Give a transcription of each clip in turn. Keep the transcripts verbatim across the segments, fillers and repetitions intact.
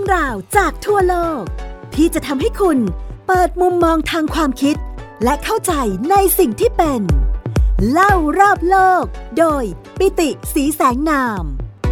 ราวจากทั่วโลกที่จะทำให้คุณเปิดมุมมองทางความคิดและเข้าใจในสิ่งที่เป็นเล่ารอบโลกโดยปิติศรีแสงนาม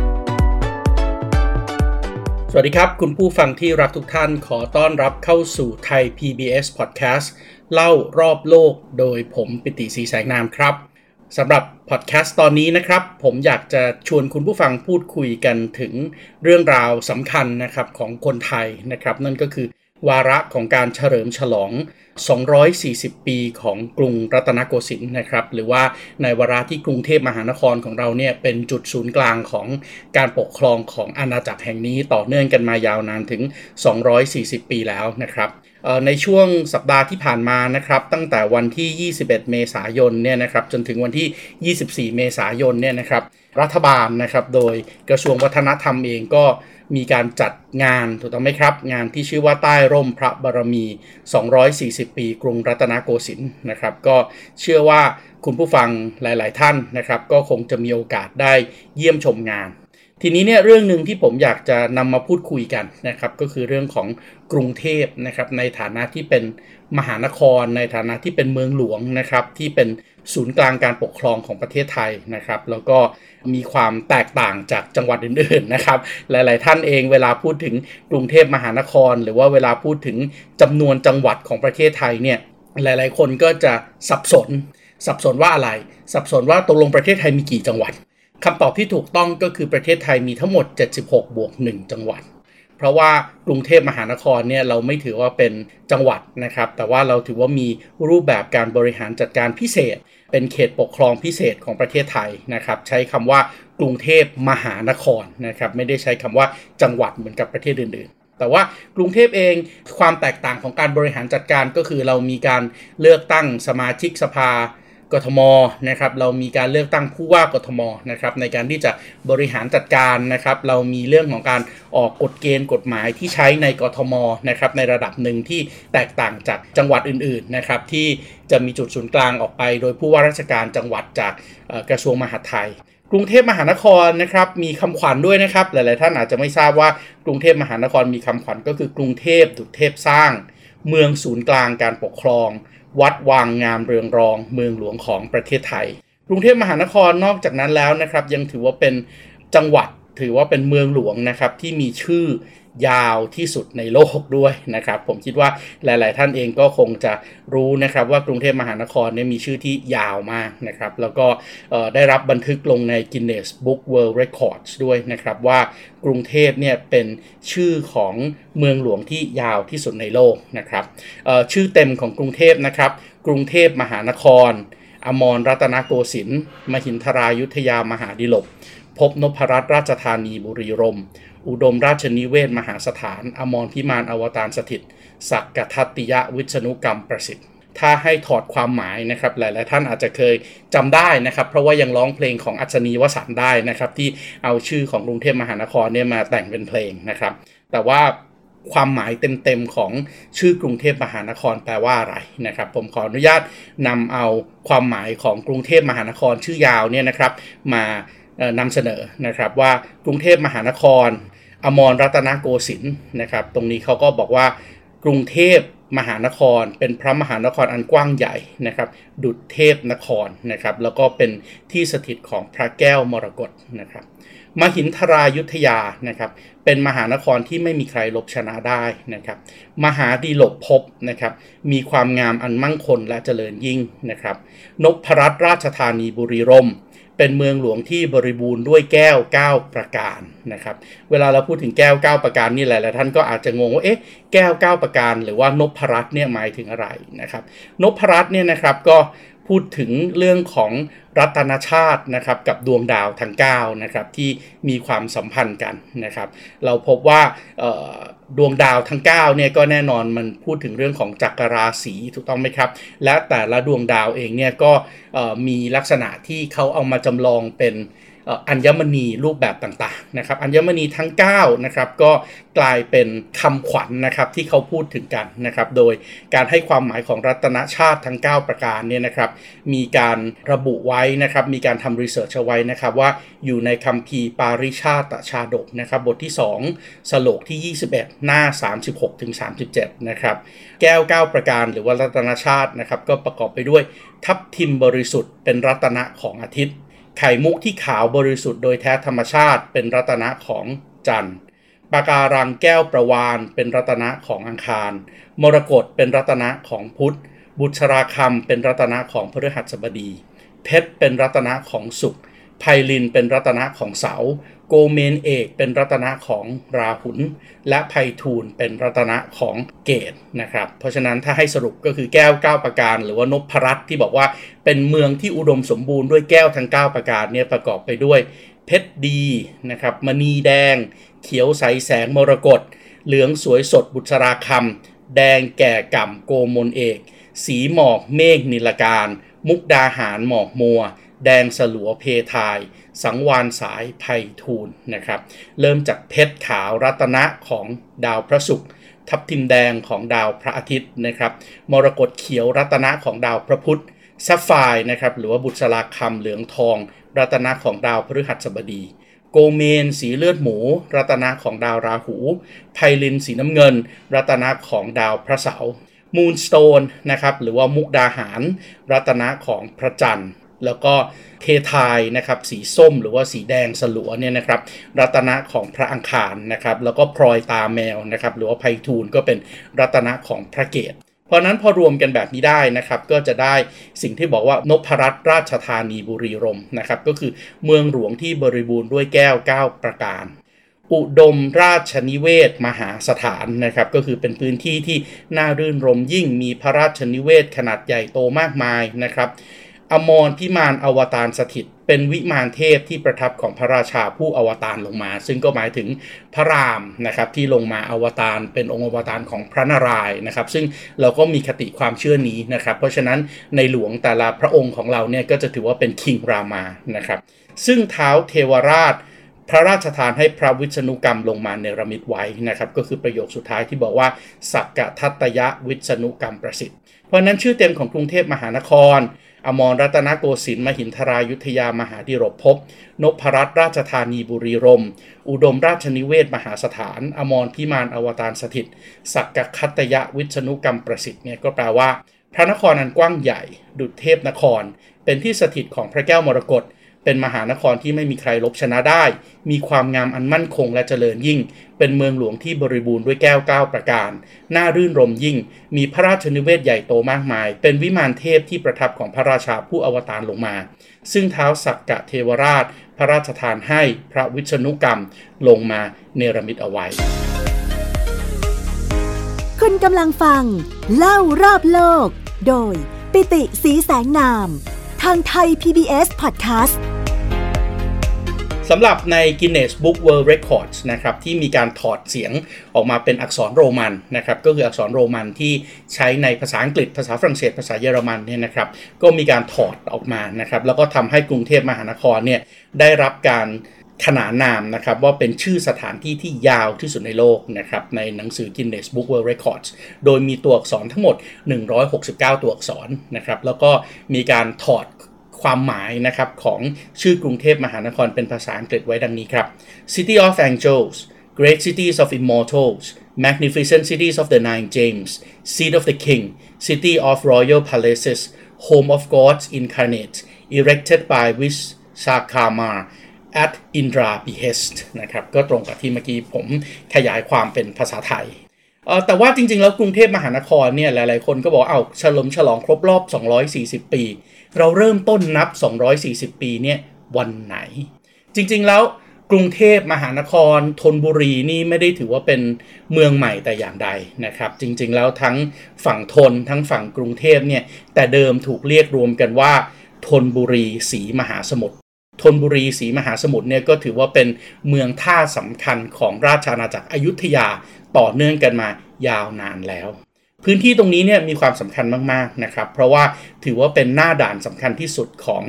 สวัสดีครับคุณผู้ฟังที่รักทุกท่านขอต้อนรับเข้าสู่ไทย พี บี เอส Podcast เล่ารอบโลกโดยผมปิติศรีแสงนามครับสำหรับพอดแคสต์ตอนนี้นะครับผมอยากจะชวนคุณผู้ฟังพูดคุยกันถึงเรื่องราวสำคัญนะครับของคนไทยนะครับนั่นก็คือวาระของการเฉลิมฉลองสองร้อยสี่สิบปีของกรุงรัตนโกสินทร์นะครับหรือว่าในวาระที่กรุงเทพมหานครของเราเนี่ยเป็นจุดศูนย์กลางของการปกครองของอาณาจักรแห่งนี้ต่อเนื่องกันมายาวนานถึงสองร้อยสี่สิบปีแล้วนะครับในช่วงสัปดาห์ที่ผ่านมานะครับตั้งแต่วันที่ยี่สิบเอ็ดเมษายนเนี่ยนะครับจนถึงวันที่ยี่สิบสี่เมษายนเนี่ยนะครับรัฐบาลนะครับโดยกระทรวงวัฒนธรรมเองก็มีการจัดงานถูกต้องไหมครับงานที่ชื่อว่าใต้ร่มพระบารมีสองร้อยสี่สิบปีกรุงรัตนโกสินทร์นะครับก็เชื่อว่าคุณผู้ฟังหลายๆท่านนะครับก็คงจะมีโอกาสได้เยี่ยมชมงานทีนี้เนี่ยเรื่องนึงที่ผมอยากจะนำมาพูดคุยกันนะครับก็คือเรื่องของกรุงเทพนะครับในฐานะที่เป็นมหานครในฐานะที่เป็นเมืองหลวงนะครับที่เป็นศูนย์กลางการปกครองของประเทศไทยนะครับแล้วก็มีความแตกต่างจากจังหวัดอื่นๆนะครับหลายๆท่านเองเวลาพูดถึงกรุงเทพมหานครหรือว่าเวลาพูดถึงจำนวนจังหวัดของประเทศไทยเนี่ยหลายๆคนก็จะสับสนสับสนว่าอะไรสับสนว่าตกลงประเทศไทยมีกี่จังหวัดคำตอบที่ถูกต้องก็คือประเทศไทยมีทั้งหมดเจ็ดสิบหกบวกหนึ่งจังหวัดเพราะว่ากรุงเทพมหานครเนี่ยเราไม่ถือว่าเป็นจังหวัดนะครับแต่ว่าเราถือว่ามีรูปแบบการบริหารจัดการพิเศษเป็นเขตปกครองพิเศษของประเทศไทยนะครับใช้คำว่ากรุงเทพมหานครนะครับไม่ได้ใช้คำว่าจังหวัดเหมือนกับประเทศอื่นๆแต่ว่ากรุงเทพเองความแตกต่างของการบริหารจัดการก็คือเรามีการเลือกตั้งสมาชิกสภากทมนะครับเรามีการเลือกตั้งผู้ว่ากทมนะครับในการที่จะบริหารจัดการนะครับเรามีเรื่องของการออกกฎเกณฑ์กฎหมายที่ใช้ในกทมนะครับในระดับหนึ่งที่แตกต่างจากจังหวัดอื่นๆนะครับที่จะมีจุดศูนย์กลางออกไปโดยผู้ว่าราชการจังหวัดจากกระทรวงมหาดไทยกรุงเทพมหานครนะครับมีคำขวัญด้วยนะครับหลายๆท่านอาจจะไม่ทราบว่ากรุงเทพมหานครมีคำขวัญก็คือกรุงเทพดุจเทพสร้างเมืองศูนย์กลางการปกครองวัดวางงามเรืองรองเมืองหลวงของประเทศไทยกรุงเทพมหานครนอกจากนั้นแล้วนะครับยังถือว่าเป็นจังหวัดถือว่าเป็นเมืองหลวงนะครับที่มีชื่อยาวที่สุดในโลกด้วยนะครับผมคิดว่าหลายๆท่านเองก็คงจะรู้นะครับว่ากรุงเทพมหานครเนี่ยมีชื่อที่ยาวมากนะครับแล้วก็ได้รับบันทึกลงใน Guinness Book World Records ด้วยนะครับว่ากรุงเทพเนี่ยเป็นชื่อของเมืองหลวงที่ยาวที่สุดในโลกนะครับชื่อเต็มของกรุงเทพนะครับกรุงเทพมหานครอมรรัตนโกสินทร์มหินทรายุทธยามหาดิลกพบนพรัตน์ราชธานีบุรีรมย์อุดมราชนิเวศมหาสถานอมรพิมานอวตารสถิตสักกทัตติยวิษณุกรรมประสิทธิ์ถ้าให้ถอดความหมายนะครับหลายๆท่านอาจจะเคยจำได้นะครับเพราะว่ายังร้องเพลงของอัศนีวสันต์ได้นะครับที่เอาชื่อของกรุงเทพมหานครเนี่ยมาแต่งเป็นเพลงนะครับแต่ว่าความหมายเต็มๆของชื่อกรุงเทพมหานครแปลว่าอะไรนะครับผมขออนุญาตนำเอาความหมายของกรุงเทพมหานครชื่อยาวเนี่ยนะครับมานำเสนอนะครับว่ากรุงเทพมหานครอมรรัตนโกสินทร์นะครับตรงนี้เขาก็บอกว่ากรุงเทพมหานครเป็นพระมหานครอันกว้างใหญ่นะครับดุจเทพนครนะครับแล้วก็เป็นที่สถิตของพระแก้วมรกตนะครับมหินทรายุทธยานะครับเป็นมหานครที่ไม่มีใครลบชนะได้นะครับมหาดิลกภพนะครับมีความงามอันมั่งคงและเจริญยิ่งนะครับนพรัตน์ราชธานีบุรีรมย์เป็นเมืองหลวงที่บริบูรณ์ด้วยแก้วเก้าประการนะครับเวลาเราพูดถึงแก้วเก้าประการนี่หลายๆท่านก็อาจจะงงว่าเอ๊ะแก้วเก้าประการหรือว่านพรัตน์เนี่ยหมายถึงอะไรนะครับนพรัตน์เนี่ยนะครับก็พูดถึงเรื่องของรัตนชาตินะครับกับดวงดาวทั้งเก้านะครับที่มีความสัมพันธ์กันนะครับเราพบว่าดวงดาวทั้งเก้าเนี่ยก็แน่นอนมันพูดถึงเรื่องของจักรราศีถูกต้องไหมครับและแต่ละดวงดาวเองเนี่ยก็มีลักษณะที่เขาเอามาจำลองเป็นอัญมณีรูปแบบต่างๆนะครับอัญมณีทั้งเก้านะครับก็กลายเป็นคำขวัญ น, นะครับที่เขาพูดถึงกันนะครับโดยการให้ความหมายของรัตนชาติทั้งเก้าประการเนี่ยนะครับมีการระบุไว้นะครับมีการทำรีเสิร์ชเอาไว้นะครับว่าอยู่ในคัมภีร์ปาริชาตชาดกนะครับบทที่สองสโลกที่ยี่สิบเอ็ดหน้าสามสิบหกถึงสามสิบเจ็ดนะครับแก้วเก้าประการหรือว่ารัตนชาตินะครับก็ประกอบไปด้วยทับทิมบริสุทธิ์เป็นรัตนะของอาทิตย์ไข่มุกที่ขาวบริสุทธิ์โดยแท้ธรรมชาติเป็นรัตนะของจันทร์ปะการังแก้วประวานเป็นรัตนะของอังคารมรกตเป็นรัตนะของพุธบุษราคำเป็นรัตนะของพฤหัสบดีเพชรเป็นรัตนะของศุกร์ไพลินเป็นรัตนะของเสาร์โกเมนเอกเป็นรัตนะของราหุลและไพฑูรย์เป็นรัตนะของเกตนะครับเพราะฉะนั้นถ้าให้สรุปก็คือแก้วเก้าประการหรือว่านพรัตน์ที่บอกว่าเป็นเมืองที่อุดมสมบูรณ์ด้วยแก้วทั้งเก้าประการเนี่ยประกอบไปด้วยเพชรดีนะครับมณีแดงเขียวใสแสงมรกตเหลืองสวยสดบุษราคำแดงแก่ก่ำโกมลเอกสีหมอกเมฆนิลการมุกดาหารหมอกมัวแดงสลัวเพทายสังวานสายไพฑูรย์นะครับเริ่มจากเพชรขาวรัตนะของดาวพระศุกร์ทับทิมแดงของดาวพระอาทิตย์นะครับมรกตเขียวรัตนะของดาวพระพุธแซฟไฟร์นะครับหรือว่าบุษราคำเหลืองทองรัตนะของดาวพฤหัสบดีโกเมนสีเลือดหมูรัตนะของดาวราหูไพลินสีน้ำเงินรัตนะของดาวพระเสาร์มูนสโตนนะครับหรือว่ามุกดาหารรัตนะของพระจันทร์แล้วก็เทไทยนะครับสีส้มหรือว่าสีแดงสลัวเนี่ยนะครับรัตนะของพระอังคารนะครับแล้วก็พลอยตาแมวนะครับหรือว่าไพฑูรย์ก็เป็นรัตนะของพระเกศเพราะนั้นพอรวมกันแบบนี้ได้นะครับก็จะได้สิ่งที่บอกว่านพรัตน์ราชธานีบุรีรมย์นะครับก็คือเมืองหลวงที่บริบูรณ์ด้วยแก้วเก้าประการอุดมราชนิเวศมหาสถานนะครับก็คือเป็นพื้นที่ที่น่ารื่นรมยิ่งมีพระราชนิเวศขนาดใหญ่โตมากมายนะครับอมรพิมานอวตารสถิตเป็นวิมานเทพที่ประทับของพระราชาผู้อวตารลงมาซึ่งก็หมายถึงพระรามนะครับที่ลงมาอวตารเป็นองค์อวตารของพระนารายณ์นะครับซึ่งเราก็มีคติความเชื่อนี้นะครับเพราะฉะนั้นในหลวงแต่ละพระองค์ของเราเนี่ยก็จะถือว่าเป็นคิงรามานะครับซึ่งเท้าเทวราชพระราชทานให้พระวิษณุกรรมลงมาเนรมิตไว้นะครับก็คือประโยคสุดท้ายที่บอกว่าสักกะทัตตยวิษณุกรรมประสิทธิ์เพราะนั้นชื่อเต็มของกรุงเทพมหานครอมรรัตนโกสินทร์มหินทรายุทธยามหาดิรภพนพรัตน์ราชธานีบุรีรมย์อุดมราชนิเวศมหาสถานอมรพิมานอวตารสถิตสักกะคัตตยวิษณุกรรมประสิทธิ์เนี่ยก็แปลว่าพระนครอันกว้างใหญ่ดุจเทพนครเป็นที่สถิตของพระแก้วมรกตเป็นมหานครที่ไม่มีใครลบชนะได้มีความงามอันมั่นคงและเจริญยิ่งเป็นเมืองหลวงที่บริบูรณ์ด้วยแก้วเก้าประการน่ารื่นรมยิ่งมีพระราชนิเวศใหญ่โตมากมายเป็นวิมานเทพที่ประทับของพระราชาผู้อวตารลงมาซึ่งเท้าสักกะเทวราชพระราชทานให้พระวิษณุกรรมลงมาเนรมิตเอาไว้คุณกำลังฟังเล่ารอบโลกโดยปิติศรีแสงนามทางไทย พี บี เอส Podcast สำหรับใน Guinness Book World Records นะครับที่มีการถอดเสียงออกมาเป็นอักษรโรมันนะครับก็คืออักษรโรมันที่ใช้ในภาษาอังกฤษภาษาฝรั่งเศสภาษาเยอรมันเนี่ยนะครับก็มีการถอดออกมานะครับแล้วก็ทำให้กรุงเทพมหานครเนี่ยได้รับการขนานนามนะครับว่าเป็นชื่อสถานที่ที่ยาวที่สุดในโลกนะครับในหนังสือ Guinness Book World Records โดยมีตัวอักษรทั้งหมดหนึ่งร้อยหกสิบเก้าตัวอักษรนะครับแล้วก็มีการถอดความหมายนะครับของชื่อกรุงเทพมหานครเป็นภาษาอังกฤษไว้ดังนี้ครับ City of Angels Great Cities of Immortals Magnificent Cities of the Nine James Seat of the King City of Royal Palaces Home of Gods Incarnate Erected by Vishwakarma at Indra behest นะครับก็ตรงกับที่เมื่อกี้ผมขยายความเป็นภาษาไทยเออแต่ว่าจริงๆแล้วกรุงเทพมหานครเนี่ยหลายๆคนก็บอกเอาเฉลิมฉลองครบรอบสองร้อยสี่สิบปีเราเริ่มต้นนับสองร้อยสี่สิบปีเนี่ยวันไหนจริงๆแล้วกรุงเทพมหานครธนบุรีนี่ไม่ได้ถือว่าเป็นเมืองใหม่แต่อย่างใดนะครับจริงๆแล้วทั้งฝั่งธนทั้งฝั่งกรุงเทพเนี่ยแต่เดิมถูกเรียกรวมกันว่าธนบุรีศรีมหาสมุทรธนบุรีศรีมหาสมุทรเนี่ยก็ถือว่าเป็นเมืองท่าสำคัญของราชอาณาจักรอยุธยาต่อเนื่องกันมายาวนานแล้วพื้นที่ตรงนี้เนี่ยมีความสำคัญมากๆนะครับเพราะว่าถือว่าเป็นหน้าด่านสำคัญที่สุดของ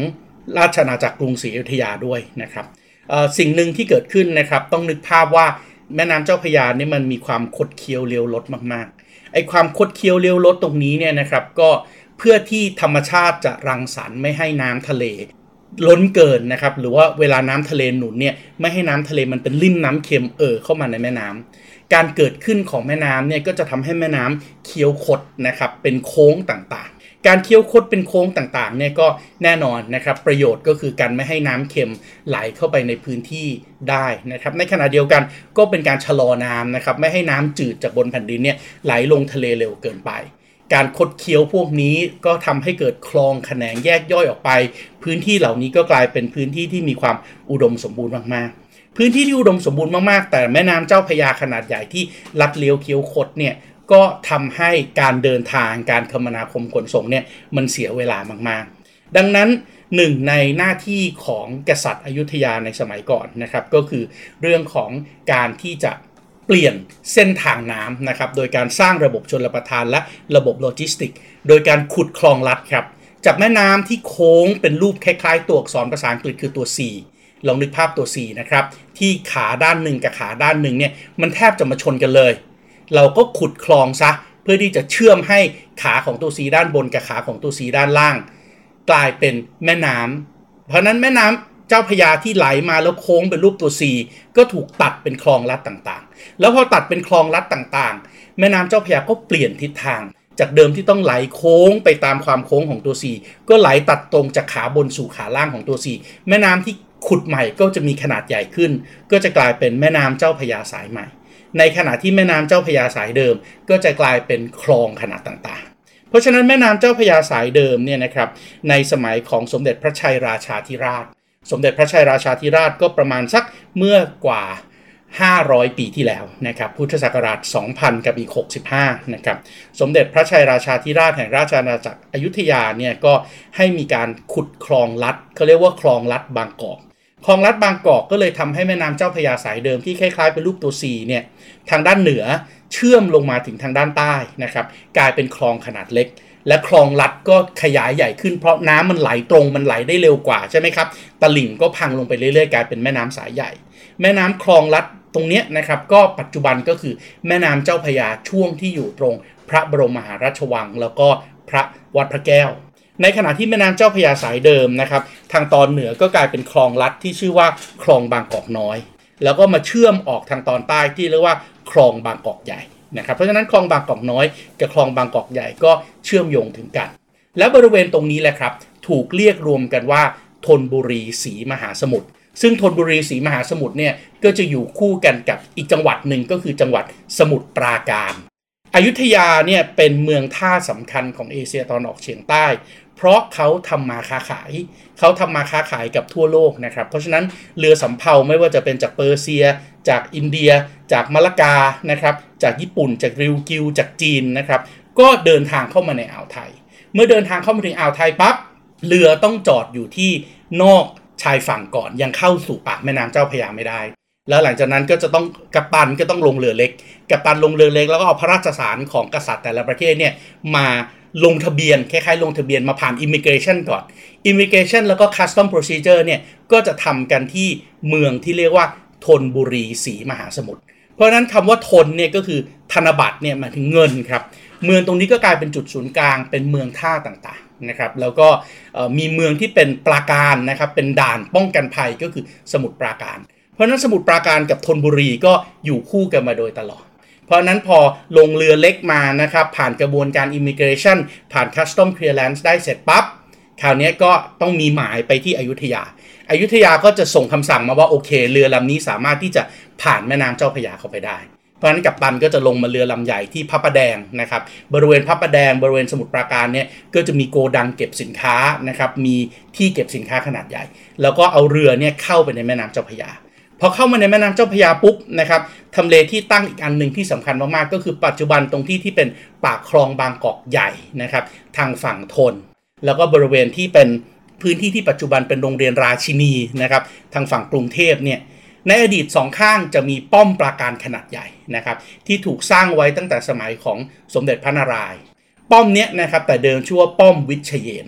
ราชอาณาจักรกรุงศรีอยุธยาด้วยนะครับสิ่งหนึ่งที่เกิดขึ้นนะครับต้องนึกภาพว่าแม่น้ำเจ้าพระยานี่มันมีความคดเคี้ยวเลี้ยวลดมากๆไอ้ความคดเคี้ยวเลี้ยวลดตรงนี้เนี่ยนะครับก็เพื่อที่ธรรมชาติจะรังสรรค์ไม่ให้น้ำทะเลล้นเกินนะครับหรือว่าเวลาน้ำทะเลหนุนเนี่ยไม่ให้น้ำทะเลมันเป็นลิ่มน้ำเค็มเอ่อเข้ามาในแม่น้ำการเกิดขึ้นของแม่น้ำเนี่ยก็จะทำให้แม่น้ำเคี้ยวคดนะครับเป็นโค้งต่างๆการเคี้ยวคดเป็นโค้งต่างๆเนี่ยก็แน่นอนนะครับประโยชน์ก็คือการไม่ให้น้ำเค็มไหลเข้าไปในพื้นที่ได้นะครับในขณะเดียวกันก็เป็นการชะลอน้ำนะครับไม่ให้น้ำจืดจากบนแผ่นดินเนี่ยไหลลงทะเลเร็วเกินไปการคดเคี้ยวพวกนี้ก็ทำให้เกิดคลองแขนงแยกย่อยออกไปพื้นที่เหล่านี้ก็กลายเป็นพื้นที่ที่มีความอุดมสมบูรณ์มากๆพื้นที่ที่อุดมสมบูรณ์มากๆแต่แม่น้ำเจ้าพระยาขนาดใหญ่ที่ลัดเลี้ยวเคี้ยวคดเนี่ยก็ทำให้การเดินทางการคมนาคมขนส่งเนี่ยมันเสียเวลามากๆดังนั้นหนึ่งในหน้าที่ของกษัตริย์อยุธยาในสมัยก่อนนะครับก็คือเรื่องของการที่จะเปลี่ยนเส้นทางน้ำนะครับโดยการสร้างระบบชลประทานและระบบโลจิสติกโดยการขุดคลองลัดครับจากแม่น้ำที่โค้งเป็นรูปคล้ายๆตัวอักษรภาษาอังกฤษคือตัว C ลองนึกภาพตัว C นะครับที่ขาด้านหนึ่งกับขาด้านหนึ่งเนี่ยมันแทบจะมาชนกันเลยเราก็ขุดคลองซะเพื่อที่จะเชื่อมให้ขาของตัว C ด้านบนกับขาของตัว C ด้านล่างกลายเป็นแม่น้ำเพราะนั้นแม่น้ำเจ้าพระยาที่ไหลมาแล้วโค้งเป็นรูปตัว C ก็ถูกตัดเป็นคลองลัดต่างๆแล้วพอตัดเป็นคลองลัดต่างๆแม่น้ำเจ้าพระยาก็เปลี่ยนทิศทางจากเดิมที่ต้องไหลโค้งไปตามความโค้งของตัว C ก็ไหลตัดตรงจากขาบนสู่ขาล่างของตัว C แม่น้ำที่ขุดใหม่ก็จะมีขนาดใหญ่ขึ้นก็จะกลายเป็นแม่น้ำเจ้าพระยาสายใหม่ในขณะที่แม่น้ำเจ้าพระยาสายเดิมก็จะกลายเป็นคลองขนาดต่างๆเพราะฉะนั้นแม่น้ำเจ้าพระยาสายเดิมเนี่ยนะครับในสมัยของสมเด็จพระชัยราชาธิราชสมเด็จพระชัยราชาธิราชก็ประมาณสักเมื่อกว่าห้าร้อยปีที่แล้วนะครับพุทธศักราชสองพันกับอีกหกสิบห้านะครับสมเด็จพระชัยราชาธิราชแห่งราชอาณาจักรอยุธยาเนี่ยก็ให้มีการขุดคลองลัดเขาเรียกว่าคลองลัดบางกอกคลองลัดบางกอกก็เลยทำให้แม่น้ำเจ้าพระยาสายเดิมที่คล้ายๆเป็นรูปตัว C เนี่ยทางด้านเหนือเชื่อมลงมาถึงทางด้านใต้นะครับกลายเป็นคลองขนาดเล็กและคลองลัดก็ขยายใหญ่ขึ้นเพราะน้ำมันไหลตรงมันไหลได้เร็วกว่าใช่ไหมครับตลิ่งก็พังลงไปเรื่อยๆกลายเป็นแม่น้ำสายใหญ่แม่น้ำคลองลัดตรงนี้นะครับก็ปัจจุบันก็คือแม่น้ำเจ้าพระยาช่วงที่อยู่ตรงพระบรมมหาราชวังแล้วก็พระวัดพระแก้วในขณะที่แม่น้ำเจ้าพระยาสายเดิมนะครับทางตอนเหนือก็กลายเป็นคลองลัดที่ชื่อว่าคลองบางกอกน้อยแล้วก็มาเชื่อมออกทางตอนใต้ที่เรียกว่าคลองบางกอกใหญ่นะครับเพราะฉะนั้นคลองบางกอกน้อยกับคลองบางกอกใหญ่ก็เชื่อมโยงถึงกันและบริเวณตรงนี้แหละครับถูกเรียกรวมกันว่าธนบุรีศรีมหาสมุทรซึ่งธนบุรีศรีมหาสมุทรเนี่ยก็จะอยู่คู่กันกับอีกจังหวัดหนึ่งก็คือจังหวัดสมุทรปราการอยุธยาเนี่ยเป็นเมืองท่าสำคัญของเอเชียตะวันออกเฉียงใต้เพราะเขาทำมาค้าขายเขาทำมาค้าขายกับทั่วโลกนะครับเพราะฉะนั้นเรือสำเภาไม่ว่าจะเป็นจากเปอร์เซียจากอินเดียจากมะละกานะครับจากญี่ปุ่นจากริวกิวจากจีนนะครับก็เดินทางเข้ามาในอ่าวไทยเมื่อเดินทางเข้ามาถึงอ่าวไทยปั๊บเรือต้องจอดอยู่ที่นอกชายฝั่งก่อนยังเข้าสู่ปากแม่น้ำเจ้าพระยาไม่ได้แล้วหลังจากนั้นก็จะต้องกัปตันก็ต้องลงเรือเล็กกัปตันลงเรือเล็กแล้วก็เอาพระราชสารของกษัตริย์แต่ละประเทศเนี่ยมาลงทะเบียนคล้ายๆลงทะเบียนมาผ่าน immigration ก่อน immigration แล้วก็ custom procedure เนี่ยก็จะทำกันที่เมืองที่เรียกว่าธนบุรีศรีมหาสมุทรเพราะฉะนั้นคำว่าธนเนี่ยก็คือธนบัตรเนี่ยหมายถึงเงินครับเมืองตรงนี้ก็กลายเป็นจุดศูนย์กลางเป็นเมืองท่าต่างๆนะครับแล้วก็มีเมืองที่เป็นปราการนะครับเป็นด่านป้องกันภัยก็คือสมุทรปราการเพราะนั้นสมุทรปราการกับธนบุรีก็อยู่คู่กันมาโดยตลอดเพราะนั้นพอลงเรือเล็กมานะครับผ่านกระบวนการ immigration ผ่าน custom clearance ได้เสร็จปั๊บคราวนี้ก็ต้องมีหมายไปที่อยุธยาอยุธยาก็จะส่งคำสั่งมาว่าโอเคเรือลำนี้สามารถที่จะผ่านแม่น้ำเจ้าพระยาเข้าไปได้เพราะฉะนั้นกัปตันก็จะลงมาเรือลำใหญ่ที่พระประแดงนะครับบริเวณพระประแดงบริเวณสมุทรปราการเนี่ยก็จะมีโกดังเก็บสินค้านะครับมีที่เก็บสินค้าขนาดใหญ่แล้วก็เอาเรือเนี่ยเข้าไปในแม่น้ำเจ้าพระยาพอเข้ามาในแม่น้ำเจ้าพระยาปุ๊บนะครับทำเลที่ตั้งอีกอันหนึ่งที่สำคัญมากๆก็คือปัจจุบันตรงที่ที่เป็นปากคลองบางกอกใหญ่นะครับทางฝั่งธนแล้วก็บริเวณที่เป็นพื้นที่ที่ปัจจุบันเป็นโรงเรียนราชินีนะครับทางฝั่งกรุงเทพเนี่ยในอดีตสองข้างจะมีป้อมปราการขนาดใหญ่นะครับที่ถูกสร้างไว้ตั้งแต่สมัยของสมเด็จพระนารายณ์ป้อมเนี้ยนะครับแต่เดิมชื่อว่าป้อมวิเชยน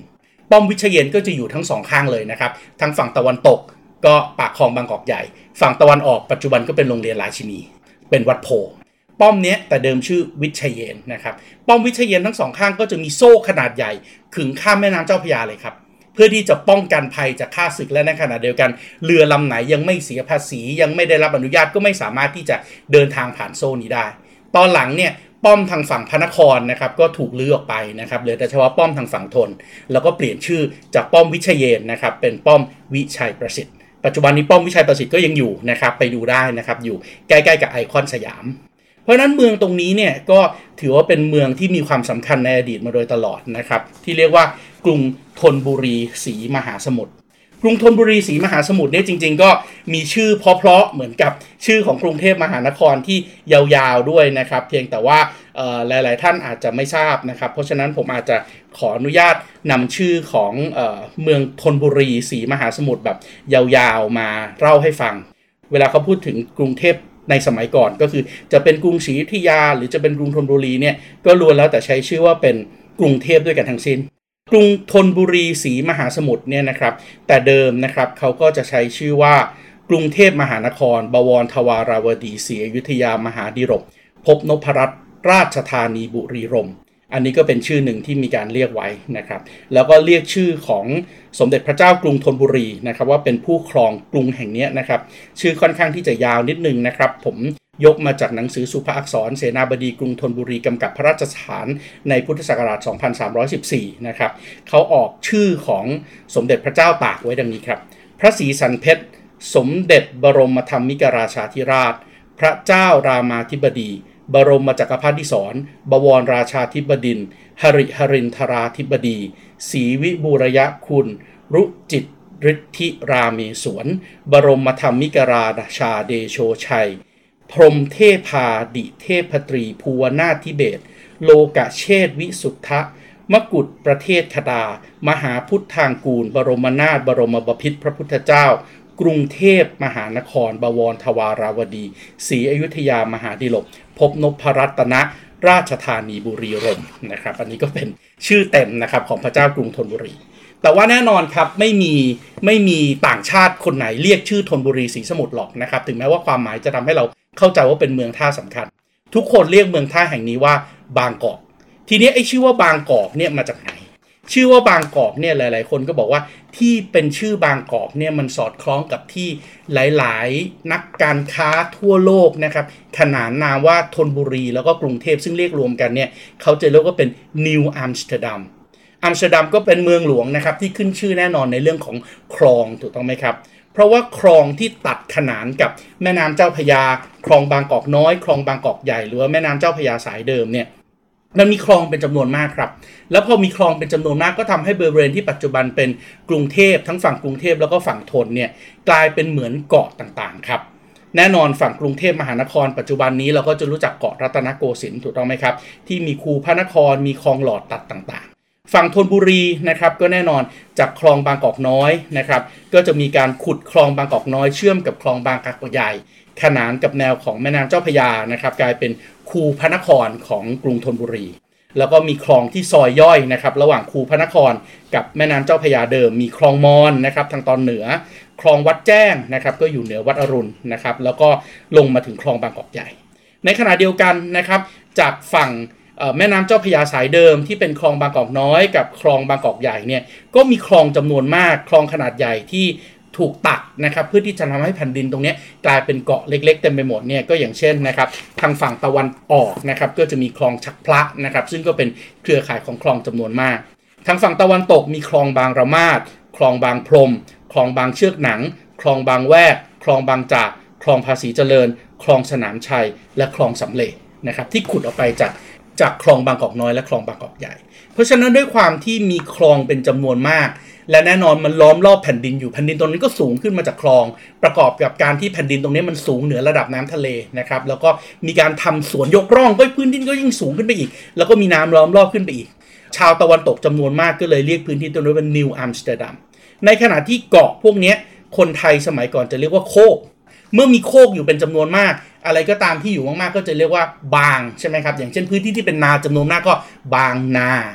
ป้อมวิเชียรก็จะอยู่ทั้งสองข้างเลยนะครับทั้งฝั่งตะวันตกก็ปากคลองบางกอกใหญ่ฝั่งตะวันออกปัจจุบันก็เป็นโรงเรียนราชินีเป็นวัดโพป้อมนี้แต่เดิมชื่อวิเชียรนะครับป้อมวิเชียรทั้งสองข้างก็จะมีโซ่ขนาดใหญ่ขึงข้ามแม่น้ำเจ้าพระยาเลยครับเพื่อที่จะป้องกันภัยจากข้าศึกและในขณะเดียวกันเรือลำไหนยังไม่เสียภาษียังไม่ได้รับอนุญาตก็ไม่สามารถที่จะเดินทางผ่านโซ่นี้ได้ตอนหลังเนี่ยป้อมทางฝั่งพระนครนะครับก็ถูกลื้อออกไปนะครับเหลือแต่เฉพาะป้อมทางฝั่งธนแล้วก็เปลี่ยนชื่อจากป้อมวิเชียรนะครับเป็นป้อมวิชัยประสิทธิ์ปัจจุบันนี้ป้อมวิชัยประสิทธิ์ก็ยังอยู่นะครับไปดูได้นะครับอยู่ใกล้ๆกับไอคอนสยามเพราะฉะนั้นเมืองตรงนี้เนี่ยก็ถือว่าเป็นเมืองที่มีความสำคัญในอดีตมาโดยตลอดนะครับที่เรียกว่ากรุงธนบุรีศรีมหาสมุทรกรุงธนบุรีศรีมหาสมุทรเนี่ยจริงๆก็มีชื่อเพราะๆเหมือนกับชื่อของกรุงเทพมหานครที่ยาวๆด้วยนะครับเพียงแต่ว่าหลายๆท่านอาจจะไม่ทราบนะครับเพราะฉะนั้นผมอาจจะขออนุญาตนำชื่อของเอ่อเมืองธนบุรีศรีมหาสมุทรแบบยาวๆมาเล่าให้ฟังเวลาเขาพูดถึงกรุงเทพในสมัยก่อนก็คือจะเป็นกรุงศรีอยุธยาหรือจะเป็นกรุงธนบุรีเนี่ยก็ล้วนแล้วแต่ใช้ชื่อว่าเป็นกรุงเทพด้วยกันทั้งสิ้นกรุงธนบุรีศรีมหาสมุทรเนี่ยนะครับแต่เดิมนะครับเขาก็จะใช้ชื่อว่ากรุงเทพมหานครบวรทวาราวดีศรีอยุธยามหาดิรกภพนพรัตน์ราชธานีบุรีรมย์อันนี้ก็เป็นชื่อหนึ่งที่มีการเรียกไว้นะครับแล้วก็เรียกชื่อของสมเด็จพระเจ้ากรุงธนบุรีนะครับว่าเป็นผู้ครองกรุงแห่งนี้นะครับชื่อค่อนข้างที่จะยาวนิดนึงนะครับผมยกมาจากหนังสือสุภอักษรเสนาบดีกรุงธนบุรีกำกับพระราชฐานในพุทธศักราชสองพันสามร้อยสิบสี่นะครับเขาออกชื่อของสมเด็จพระเจ้าตากไว้ดังนี้ครับพระศรีสันเพชรสมเด็จบรมธรรมิกราชาธิราชพระเจ้ารามาธิบดีบรมจักรพรรดิศรบวรราชาธิบดินทร์หริหรินทราธิบดีศรีวิบูรยคุณรุจิตฤทธิราเมศวรบรมธรรมิกราชาเดโชชัยพรหมเทพาดิเทพตรีภูวนาถทิเบศโลกเชษวิสุทธะมกุฏประเทศคดามหาพุทธางกูลบรมนาถบรมบพิตรพระพุทธเจ้ากรุงเทพมหานครบวรทวาราวดีศรีอยุธยามหาดิลกภพนพรัตนราชธานีบุรีรมย์นะครับอันนี้ก็เป็นชื่อเต็มนะครับของพระเจ้ากรุงธนบุรีแต่ว่าแน่นอนครับไม่มีไม่มีต่างชาติคนไหนเรียกชื่อธนบุรีศรีสมุทรหรอกนะครับถึงแม้ว่าความหมายจะทำให้เราเข้าใจว่าเป็นเมืองท่าสำคัญทุกคนเรียกเมืองท่าแห่งนี้ว่าบางกอกทีนี้ไอ้ชื่อว่าบางกอกเนี่ยมาจากไหนชื่อว่าบางกอกเนี่ยหลายๆคนก็บอกว่าที่เป็นชื่อบางกอกเนี่ยมันสอดคล้องกับที่หลายๆนักการค้าทั่วโลกนะครับขนานนามว่าธนบุรีแล้วก็กรุงเทพซึ่งเรียกรวมกันเนี่ยเขาจะเรียกว่าเป็นนิวอัมสเตอร์ดัมอัมสเตอร์ดัมก็เป็นเมืองหลวงนะครับที่ขึ้นชื่อแน่นอนในเรื่องของคลองถูกต้องไหมครับเพราะว่าคลองที่ตัดขนานกับแม่น้ำเจ้าพระยาคลองบางกอกน้อยคลองบางกอกใหญ่หรือว่าแม่น้ำเจ้าพระยาสายเดิมเนี่ยมันมีคลองเป็นจำนวนมากครับแล้วพอมีคลองเป็นจำนวนมากก็ทำให้บริเวณที่ปัจจุบันเป็นกรุงเทพทั้งฝั่งกรุงเทพแล้วก็ฝั่งธนเนี่ยกลายเป็นเหมือนเกาะต่างๆครับแน่นอนฝั่งกรุงเทพมหานครปัจจุบันนี้เราก็จะรู้จักเกาะรัตนโกสินทร์ถูกต้องไหมครับที่มีคูพระนครมีคลองหลอดตัดต่างๆฝั่งธนบุรีนะครับก็แน่นอนจากคลองบางกอกน้อยนะครับก็จะมีการขุดคลองบางกอกน้อยเชื่อมกับคลองบางกอกใหญ่ขนานกับแนวของแม่น้ำเจ้าพระยานะครับกลายเป็นคูพระนครของกรุงธนบุรีแล้วก็มีคลองที่ซอยย่อยนะครับระหว่างคูพระนครกับแม่น้ำเจ้าพระยาเดิมมีคลองมอนนะครับทางตอนเหนือคลองวัดแจ้งนะครับก็อยู่เหนือวัดอรุณนะครับแล้วก็ลงมาถึงคลองบางกอกใหญ่ในขณะเดียวกันนะครับจากฝั่งแม่น้ำเจ้าพระยาสายเดิมที่เป็นคลองบางกอกน้อยกับคลองบางกอกใหญ่เนี่ยก็มีคลองจำนวนมากคลองขนาดใหญ่ที่ถูกตัดนะครับเพื่อที่จะทำให้แผ่นดินตรงนี้กลายเป็นเกาะเล็กๆเต็มไปหมดเนี่ยก็อย่างเช่นนะครับทางฝั่งตะวันออกนะครับก็จะมีคลองชักพระนะครับซึ่งก็เป็นเครือข่ายของคลองจำนวนมากทางฝั่งตะวันตกมีคลองบางระมาดคลองบางพรมคลองบางเชือกหนังคลองบางแวกคลองบางจากคลองภาษีเจริญคลองสนามชัยและคลองสำเร็จนะครับที่ขุดออกไปจากจากคลองบางกอกน้อยและคลองบางกอกใหญ่เพราะฉะนั้นด้วยความที่มีคลองเป็นจำนวนมากและแน่นอนมันล้อมรอบแผ่นดินอยู่แผ่นดินตรงนั้นก็สูงขึ้นมาจากคลองประกอบกับการที่แผ่นดินตรงนี้มันสูงเหนือระดับน้ำทะเลนะครับแล้วก็มีการทำสวนยกร่องก็พื้นที่ก็ยิ่งสูงขึ้นไปอีกแล้วก็มีน้ำล้อมรอบขึ้นไปอีกชาวตะวันตกจำนวนมากก็เลยเรียกพื้นที่ตรงนี้ว่านิวอัมสเตอร์ดัมในขณะที่เกาะพวกนี้คนไทยสมัยก่อนจะเรียกว่าโคกเมื่อมีโคกอยู่เป็นจำนวนมากอะไรก็ตามที่อยู่มากๆก็จะเรียกว่าบางใช่ไหมครับอย่างเช่นพื้นที่ที่เป็นนาจำนวนมากก็บางนา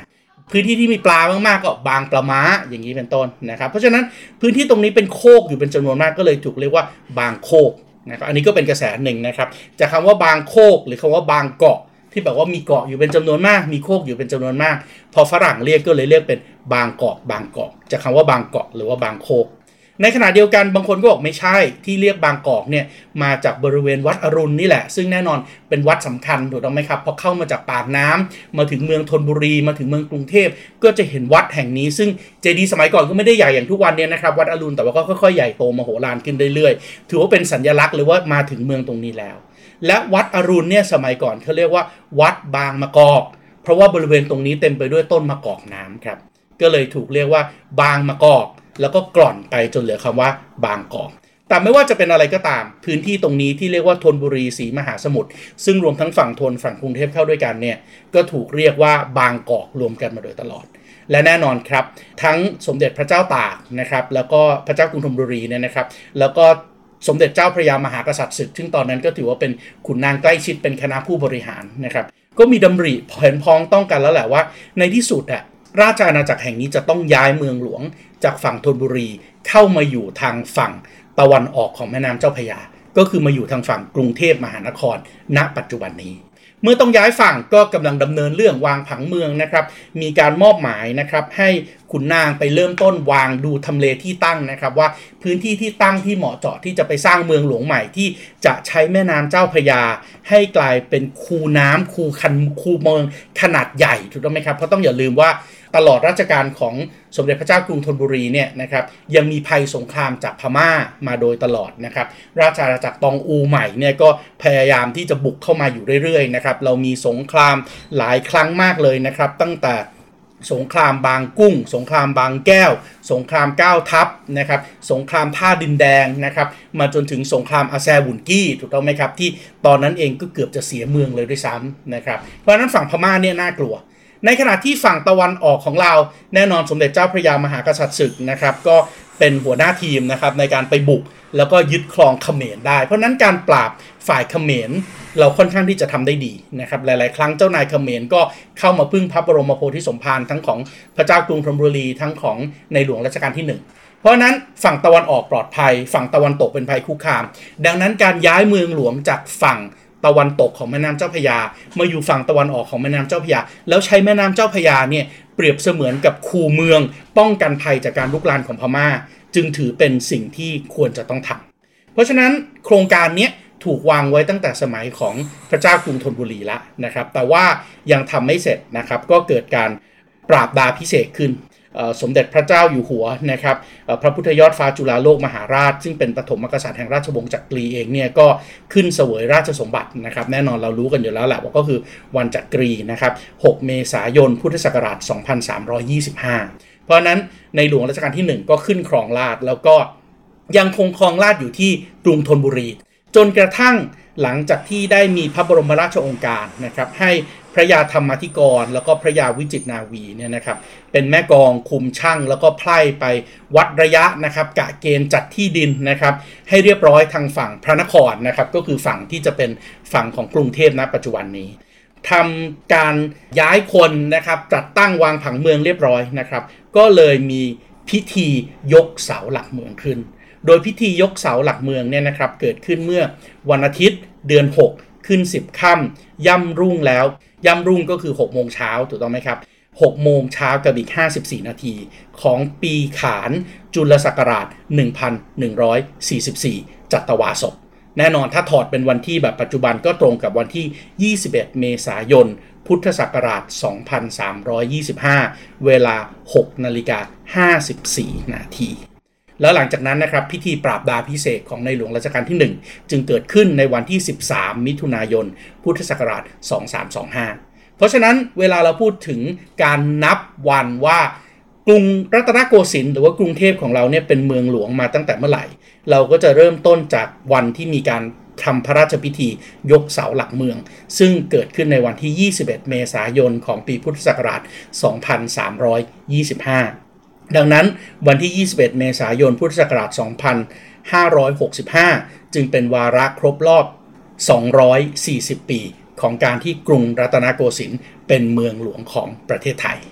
พื้นที่ที่มีปลามากๆก็บางปลาม้าอย่างนี้เป็นต้นนะครับเพราะฉะนั้นพื้นที่ตรงนี้เป็นโคกอยู่เป็นจำนวนมากก็เลยถูกเรียกว่าบางโคกนะครับอันนี้ก็เป็นกระแสหนึ่งนะครับจากคำว่าบางโคกหรือคำว่าบางเกาะที่แบบว่ามีเกาะอยู่เป็นจำนวนมากมีโคกอยู่เป็นจำนวนมากพอฝรั่งเรียกก็เลยเรียกเป็นบางเกาะบางเกาะจากคำว่าบางเกาะหรือว่าบางโคกในขณะเดียวกันบางคนก็บอกไม่ใช่ที่เรียกบางกอกเนี่ยมาจากบริเวณวัดอรุณนี่แหละซึ่งแน่นอนเป็นวัดสำคัญถูกต้องไหมครับพอเข้ามาจากปากน้ำมาถึงเมืองธนบุรีมาถึงเมืองกรุงเทพก็จะเห็นวัดแห่งนี้ซึ่งเจดีย์สมัยก่อนก็ไม่ได้ใหญ่อย่างทุกวันนี้นะครับวัดอรุณแต่ว่าก็ค่อยๆใหญ่โตมโหฬารขึ้นเรื่อยๆถือว่าเป็นสัญลักษณ์เลยว่ามาถึงเมืองตรงนี้แล้วและวัดอรุณเนี่ยสมัยก่อนเขาเรียกว่าวัดบางมะกอกเพราะว่าบริเวณตรงนี้เต็มไปด้วยต้นมะกอกน้ำครับก็เลยถูกเรียกว่าบางมะกอกแล้วก็กร่อนไปจนเหลือคำว่าบางกอกแต่ไม่ว่าจะเป็นอะไรก็ตามพื้นที่ตรงนี้ที่เรียกว่าธนบุรีศรีมหาสมุทรซึ่งรวมทั้งฝั่งธนฝั่งกรุงเทพเข้าด้วยกันเนี่ยก็ถูกเรียกว่าบางกอกรวมกันมาโดยตลอดและแน่นอนครับทั้งสมเด็จพระเจ้าตากนะครับแล้วก็พระเจ้ากรุงธนบุรีเนี่ยนะครับแล้วก็สมเด็จเจ้าพระยามหากษัตริย์ศึกซึ่งตอนนั้นก็ถือว่าเป็นขุนนางใกล้ชิดเป็นคณะผู้บริหารนะครับก็มีดำริเห็นพ้องต้องกันแล้วแหละว่าในที่สุดอะราชอาณาจักรแห่งนี้จะต้องย้ายเมืองหลวงจากฝั่งธนบุรีเข้ามาอยู่ทางฝั่งตะวันออกของแม่น้ำเจ้าพระยาก็คือมาอยู่ทางฝั่งกรุงเทพมหานครณปัจจุบันนี้เมื่อต้องย้ายฝั่งก็กำลังดำเนินเรื่องวางผังเมืองนะครับมีการมอบหมายนะครับให้ขุนนางไปเริ่มต้นวางดูทำเลที่ตั้งนะครับว่าพื้นที่ที่ตั้งที่เหมาะเจาะที่จะไปสร้างเมืองหลวงใหม่ที่จะใช้แม่น้ำเจ้าพระยาให้กลายเป็นคูน้ำคูคันคูเมืองขนาดใหญ่ถูกต้องไหมครับเพราะต้องอย่าลืมว่าตลอดรัชกาลของสมเด็จพระเจ้ากรุงธนบุรีเนี่ยนะครับยังมีภัยสงครามจากพม่ามาโดยตลอดนะครับราชอาณาจักรตองอูใหม่เนี่ยก็พยายามที่จะบุกเข้ามาอยู่เรื่อยๆนะครับเรามีสงครามหลายครั้งมากเลยนะครับตั้งแต่สงครามบางกุ้งสงครามบางแก้วสงครามเก้าทัพนะครับสงครามท่าดินแดงนะครับมาจนถึงสงครามอาแซบุนกี้ถูกต้องไหมครับที่ตอนนั้นเองก็เกือบจะเสียเมืองเลยด้วยซ้ำนะครับเพราะฉะนั้นฝั่งพม่าเนี่ยน่ากลัวในขณะที่ฝั่งตะวันออกของเราแน่นอนสมเด็จเจ้าพระยามหากษัตริย์ศึกนะครับก็เป็นหัวหน้าทีมนะครับในการไปบุกแล้วก็ยึดครองเขมรได้เพราะนั้นการปราบฝ่ายเขมรเราค่อนข้างที่จะทำได้ดีนะครับหลายๆครั้งเจ้านายเขมรก็เข้ามาพึ่งพระบรมโพธิสมภารทั้งของพระเจ้ากรุงธนบุรีทั้งของในหลวงรัชกาลที่หนึ่งเพราะนั้นฝั่งตะวันออกปลอดภัยฝั่งตะวันตกเป็นภัยคุกคามดังนั้นการย้ายเมืองหลวงจากฝั่งตะวันตกของแม่น้ำเจ้าพระยามาอยู่ฝั่งตะวันออกของแม่น้ำเจ้าพระยาแล้วใช้แม่น้ำเจ้าพระยาเนี่ยเปรียบเสมือนกับคูเมืองป้องกันภัยจากการลุกลามของพม่าจึงถือเป็นสิ่งที่ควรจะต้องทำเพราะฉะนั้นโครงการนี้ถูกวางไว้ตั้งแต่สมัยของพระเจ้ากรุงธนบุรีแล้วนะครับแต่ว่ายังทำไม่เสร็จนะครับก็เกิดการปราบดาพิเศษขึ้นสมเด็จพระเจ้าอยู่หัวนะครับพระพุทธยอดฟ้าจุฬาโลกมหาราชซึ่งเป็นปฐมกษัตริย์แห่งราชวงศ์จักรีเองเนี่ยก็ขึ้นเสวยราชสมบัตินะครับแน่นอนเรารู้กันอยู่แล้วแหละว่าก็คือวันจักรีนะครับหกเมษายนพุทธศักราชสองพันสามร้อยยี่สิบห้าเพราะนั้นในหลวงรัชกาลที่หนึ่งก็ขึ้นครองราชย์แล้วก็ยังคงครองราชย์อยู่ที่กรุงธนบุรีจนกระทั่งหลังจากที่ได้มีพระบรมราชโองการนะครับให้พระยาธรรมาธิกรแล้วก็พระยาวิจิตรนาวีเนี่ยนะครับเป็นแม่กองคุมช่างแล้วก็ไพร่ไปวัดระยะนะครับกะเกณฑ์จัดที่ดินนะครับให้เรียบร้อยทางฝั่งพระนครนะครับก็คือฝั่งที่จะเป็นฝั่งของกรุงเทพณปัจจุบันนี้ทำการย้ายคนนะครับจัดตั้งวางผังเมืองเรียบร้อยนะครับก็เลยมีพิธียกเสาหลักเมืองขึ้นโดยพิธียกเสาหลักเมืองเนี่ยนะครับเกิดขึ้นเมื่อวันอาทิตย์เดือนหกขึ้นสิบค่ำย่ำรุ่งแล้วย่ำรุ่งก็คือหกโมงเช้าถูกต้องไหมครับหกโมงเช้ากับอีกห้าสิบสี่นาทีของปีขานจุลศักราชหนึ่งพันหนึ่งร้อยสี่สิบสี่จัตวาศกแน่นอนถ้าถอดเป็นวันที่แบบปัจจุบันก็ตรงกับวันที่ยี่สิบเอ็ดเมษายนพุทธศักราชสองพันสามร้อยยี่สิบห้าเวลา หกนาฬิกาห้าสิบสี่นาทีแล้วหลังจากนั้นนะครับพิธีปราบดาพิเศษของในหลวงรัชกาลที่หนึ่งจึงเกิดขึ้นในวันที่สิบสามมิถุนายนพุทธศักราชสองพันสามร้อยยี่สิบห้าเพราะฉะนั้นเวลาเราพูดถึงการนับวันว่ากรุงรัตนโกสินทร์หรือว่ากรุงเทพของเราเนี่ยเป็นเมืองหลวงมาตั้งแต่เมื่อไหร่เราก็จะเริ่มต้นจากวันที่มีการทำพระราชพิธียกเสาหลักเมืองซึ่งเกิดขึ้นในวันที่ยี่สิบเอ็ดเมษายนของปีพุทธศักราชสองพันสามร้อยยี่สิบห้าดังนั้นวันที่ยี่สิบเอ็ดเมษายนพุทธศักราชสองพันห้าร้อยหกสิบห้าจึงเป็นวาระครบรอบสองร้อยสี่สิบปีของการที่กรุงรัตนโกสินทร์เป็นเมืองหลวงของประเทศไทย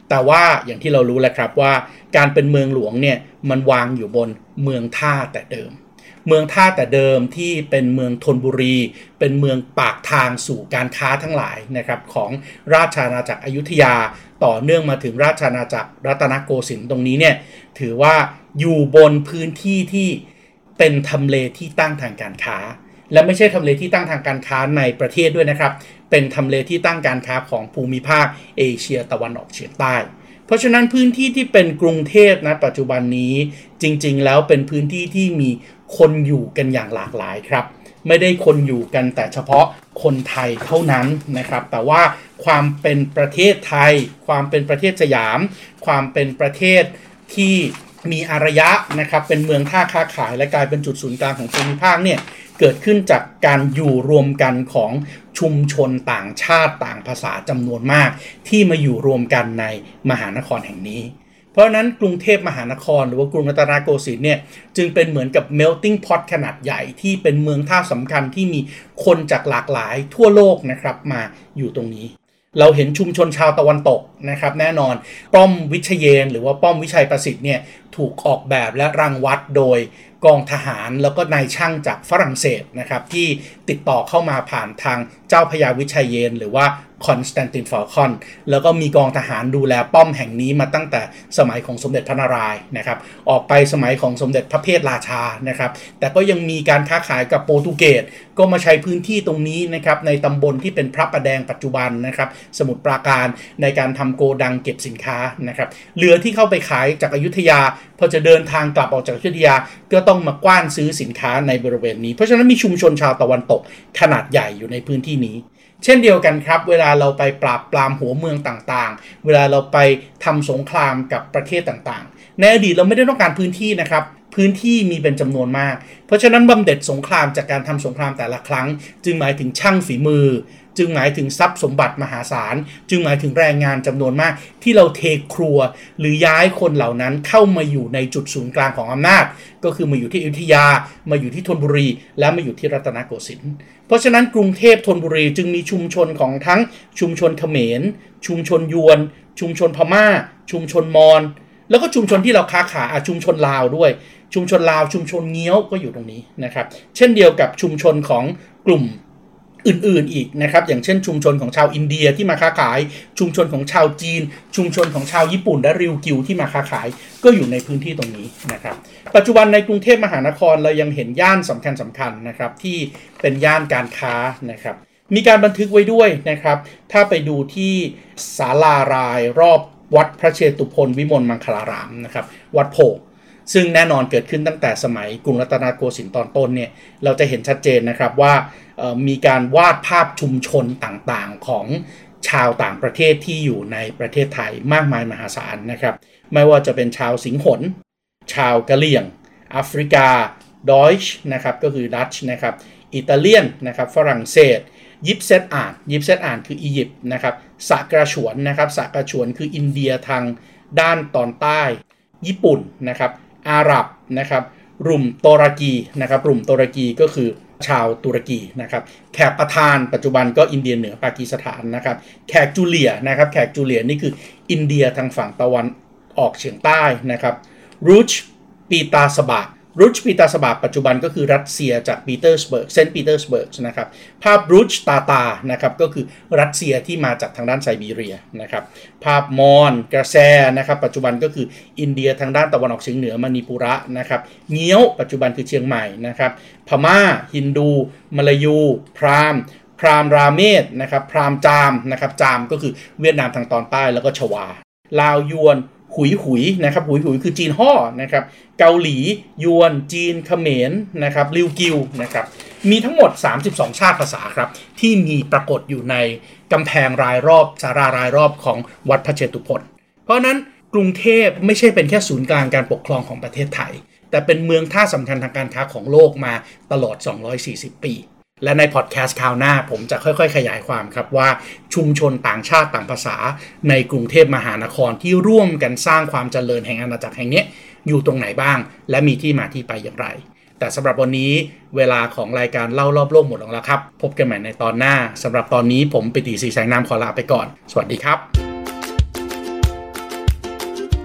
แต่ว่าอย่างที่เรารู้แหละครับว่าการเป็นเมืองหลวงเนี่ยมันวางอยู่บนเมืองท่าแต่เดิมเมืองท่าแต่เดิมที่เป็นเมืองธนบุรีเป็นเมืองปากทางสู่การค้าทั้งหลายนะครับของราชอาณาจักรอยุธยาต่อเนื่องมาถึงราชอาณาจักรรัตนโกสินทร์ตรงนี้เนี่ยถือว่าอยู่บนพื้นที่ที่เป็นทำเลที่ตั้งทางการค้าและไม่ใช่ทำเลที่ตั้งทางการค้าในประเทศด้วยนะครับเป็นทำเลที่ตั้งการค้าของภูมิภาคเอเชียตะวันออกเฉียงใต้เพราะฉะนั้นพื้นที่ที่เป็นกรุงเทพนะปัจจุบันนี้จริงๆแล้วเป็นพื้นที่ที่มีคนอยู่กันอย่างหลากหลายครับไม่ได้คนอยู่กันแต่เฉพาะคนไทยเท่านั้นนะครับแต่ว่าความเป็นประเทศไทยความเป็นประเทศสยามความเป็นประเทศที่มีอารยะนะครับเป็นเมืองท่าค้าขายและกลายเป็นจุดศูนย์กลางของภูมิภาคเนี่ยเกิดขึ้นจากการอยู่รวมกันของชุมชนต่างชาติต่างภาษาจำนวนมากที่มาอยู่รวมกันในมหานครแห่งนี้เพราะนั้นกรุงเทพมหานครหรือว่ากรุงรัตนโกสินทร์เนี่ยจึงเป็นเหมือนกับ melting pot ขนาดใหญ่ที่เป็นเมืองท่าสำคัญที่มีคนจากหลากหลายทั่วโลกนะครับมาอยู่ตรงนี้เราเห็นชุมชนชาวตะวันตกนะครับแน่นอนป้อมวิเชยนหรือว่าป้อมวิชัยประสิทธิ์เนี่ยถูกออกแบบและรังวัดโดยกองทหารแล้วก็นายช่างจากฝรั่งเศสนะครับที่ติดต่อเข้ามาผ่านทางเจ้าพระยาวิชัยเยนหรือว่าคอนสแตนตินฟอลคอนแล้วก็มีกองทหารดูแลป้อมแห่งนี้มาตั้งแต่สมัยของสมเด็จพระนารายณ์นะครับออกไปสมัยของสมเด็จพระเพทราชานะครับแต่ก็ยังมีการค้าขายกับโปรตุเกสก็มาใช้พื้นที่ตรงนี้นะครับในตำบลที่เป็นพระประแดงปัจจุบันนะครับสมุทรปราการในการทำโกดังเก็บสินค้านะครับเรือที่เข้าไปขายจากอยุธยาพอจะเดินทางกลับออกจากอยุธยาก็ต้องมากว้านซื้อสินค้าในบริเวณนี้เพราะฉะนั้นมีชุมชนชาวตะวันตกขนาดใหญ่อยู่ในพื้นที่นี้เช่นเดียวกันครับเวลาเราไปปราบปรามหัวเมืองต่างๆเวลาเราไปทำสงครามกับประเทศต่างๆในอดีตเราไม่ได้ต้องการพื้นที่นะครับพื้นที่มีเป็นจำนวนมากเพราะฉะนั้นบำเหน็จสงครามจากการทำสงครามแต่ละครั้งจึงหมายถึงช่างฝีมือจึงหมายถึงทรัพย์สมบัติมหาศาลจึงหมายถึงแรงงานจำนวนมากที่เราเทครัวหรือย้ายคนเหล่านั้นเข้ามาอยู่ในจุดศูนย์กลางของอำนาจก็คือมาอยู่ที่อยุธยามาอยู่ที่ธนบุรีและมาอยู่ที่รัตนโกสินทร์เพราะฉะนั้นกรุงเทพธนบุรีจึงมีชุมชนของทั้งชุมชนเขมรชุมชนยวนชุมชนพม่าชุมชนมอญแล้วก็ชุมชนที่เราค้าขายชุมชนลาวด้วยชุมชนลาวชุมชนเงี้ยวก็อยู่ตรงนี้นะครับเช่นเดียวกับชุมชนของกลุ่มอื่นๆอีกนะครับอย่างเช่นชุมชนของชาวอินเดียที่มาค้าขายชุมชนของชาวจีนชุมชนของชาวญี่ปุ่นและริวกิวที่มาค้าขายก็อยู่ในพื้นที่ตรงนี้นะครับปัจจุบันในกรุงเทพมหานครเรายังเห็นย่านสำคัญสำคัญนะครับที่เป็นย่านการค้านะครับมีการบันทึกไว้ด้วยนะครับถ้าไปดูที่ศาลารายรอบวัดพระเชตุพนวิมลมังคลารามนะครับวัดโพซึ่งแน่นอนเกิดขึ้นตั้งแต่สมัยกรุงรัตนโกสินทร์ตอนต้นเนี่ยเราจะเห็นชัดเจนนะครับว่ามีการวาดภาพชุมชนต่างๆของชาวต่างประเทศที่อยู่ในประเทศไทยมากมายมหาศาลนะครับไม่ว่าจะเป็นชาวสิงหนชาวกะเหรี่ยงแอฟริกาดอยช์นะครับก็คือดัตช์นะครับอิตาเลียนนะครับฝรั่งเศสยิปเซตอ่านยิปเซตอ่านคืออียิปต์นะครับสะกระฉวนนะครับสะกระฉวนคืออินเดียทางด้านตอนใต้ญี่ปุ่นนะครับอาหรับนะครับรุมโตรกีนะครับรุมโตรกีก็คือชาวตุรกีนะครับแขกประธานปัจจุบันก็อินเดียเหนือปากีสถานนะครับแขกจูเลียนะครับแขกจูเลียนี่คืออินเดียทางฝั่งตะวันออกเฉียงใต้นะครับรูชปีตาสบารูชปีตาสบาปัจจุบันก็คือรัสเซียจากปีเตอร์สเบิร์กเซนต์ปีเตอร์สเบิร์กนะครับภาพรูชตาตานะครับก็คือรัสเซียที่มาจากทางด้านไซบีเรียนะครับภาพมอญกระแซนะครับปัจจุบันก็คืออินเดียทางด้านตะวันออกเฉียงเหนือมณีปุระนะครับเงี้ยวปัจจุบันคือเชียงใหม่นะครับพม่าฮินดูมลายูพราหมณ์พราหมณ์ราเมศนะครับพราหมณ์จามนะครับจามก็คือเวียดนามทางตอนใต้แล้วก็ชวาลาวยวนหุยหุยนะครับหุยหุยคือจีนฮ่อนะครับเกาหลียวนจีนเขมรนะครับริวกิวนะครับมีทั้งหมดสามสิบสองชาติภาษาครับที่มีปรากฏอยู่ในกำแพงรายรอบศาลารายรอบของวัดพระเชตุพนเพราะนั้นกรุงเทพไม่ใช่เป็นแค่ศูนย์กลางการปกครองของประเทศไทยแต่เป็นเมืองท่าสำคัญทางการค้าของโลกมาตลอดสองร้อยสี่สิบปีและในพอดแคสต์คราวหน้าผมจะค่อยๆขยายความครับว่าชุมชนต่างชาติต่างภาษาในกรุงเทพมหานครที่ร่วมกันสร้างความเจริญแห่งอาณาจักรแห่งนี้อยู่ตรงไหนบ้างและมีที่มาที่ไปอย่างไรแต่สำหรับวันนี้เวลาของรายการเล่ารอบโลกหมดลงแล้วครับพบกันใหม่ในตอนหน้าสำหรับตอนนี้ผมปิติ ศรีแสงนามขอลาไปก่อนสวัสดีครับ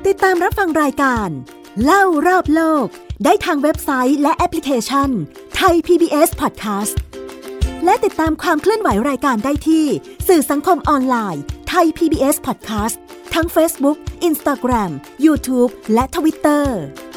ติดตามรับฟังรายการเล่ารอบโลกได้ทางเว็บไซต์และแอปพลิเคชัน Thai พี บี เอส Podcast และติดตามความเคลื่อนไหวรายการได้ที่สื่อสังคมออนไลน์ Thai พี บี เอส Podcast ทั้ง Facebook, Instagram, YouTube และ Twitter